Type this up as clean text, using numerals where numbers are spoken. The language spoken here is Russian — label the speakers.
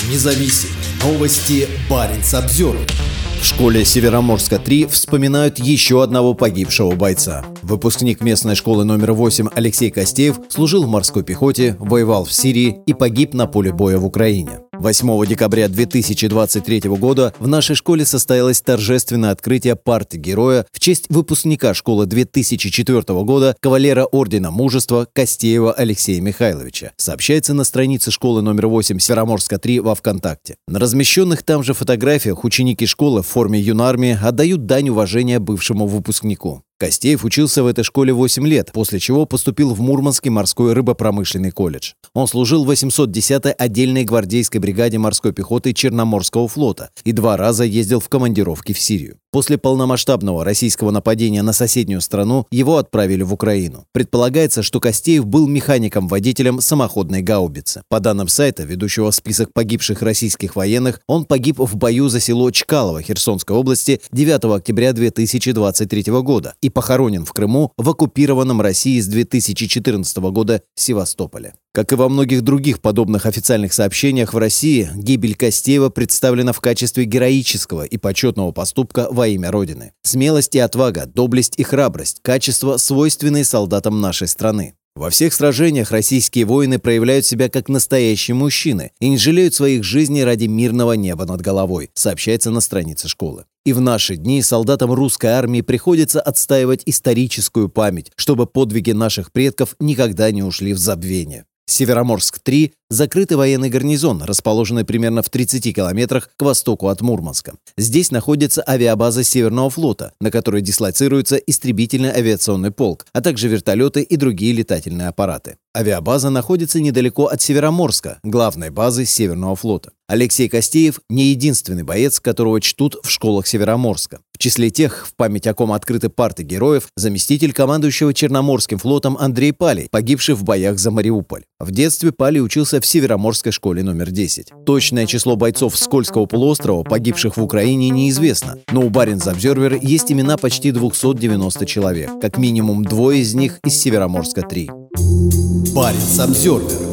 Speaker 1: независим. Новости Баренц-Обзервер.
Speaker 2: В школе Североморска-3 вспоминают еще одного погибшего бойца. Выпускник местной школы номер 8 Алексей Костеев служил в морской пехоте, воевал в Сирии и погиб на поле боя в Украине. 8 декабря 2023 года в нашей школе состоялось торжественное открытие парты героя в честь выпускника школы 2004 года, кавалера Ордена Мужества Костеева Алексея Михайловича, сообщается на странице школы номер 8 Североморска-3 во ВКонтакте. На размещенных там же фотографиях ученики школы в форме юнармии отдают дань уважения бывшему выпускнику. Костеев учился в этой школе 8 лет, после чего поступил в Мурманский морской рыбопромышленный колледж. Он служил в 810-й отдельной гвардейской бригаде морской пехоты Черноморского флота и 2 раза ездил в командировки в Сирию. После полномасштабного российского нападения на соседнюю страну его отправили в Украину. Предполагается, что Костеев был механиком-водителем самоходной гаубицы. По данным сайта, ведущего список погибших российских военных, он погиб в бою за село Чкалово Херсонской области 9 октября 2023 года и похоронен в Крыму в оккупированном Россией с 2014 года Севастополе. Как и во многих других подобных официальных сообщениях в России, гибель Костеева представлена в качестве героического и почетного поступка во имя Родины. Смелость и отвага, доблесть и храбрость – качества, свойственные солдатам нашей страны. Во всех сражениях российские воины проявляют себя как настоящие мужчины и не жалеют своих жизней ради мирного неба над головой, сообщается на странице школы. И в наши дни солдатам русской армии приходится отстаивать историческую память, чтобы подвиги наших предков никогда не ушли в забвение. Североморск-3 – закрытый военный гарнизон, расположенный примерно в 30 километрах к востоку от Мурманска. Здесь находится авиабаза Северного флота, на которой дислоцируется истребительный авиационный полк, а также вертолеты и другие летательные аппараты. Авиабаза находится недалеко от Североморска, главной базы Северного флота. Алексей Костеев – не единственный боец, которого чтут в школах Североморска. В числе тех, в память о ком открыты парты героев, заместитель командующего Черноморским флотом Андрей Палий, погибший в боях за Мариуполь. В детстве Палий учился в Североморской школе номер 10. Точное число бойцов с Кольского полуострова, погибших в Украине, неизвестно, но у Баренц-Обзервер есть имена почти 290 человек, как минимум 2 из них из Североморска-3.
Speaker 1: Баренц-Обзервер.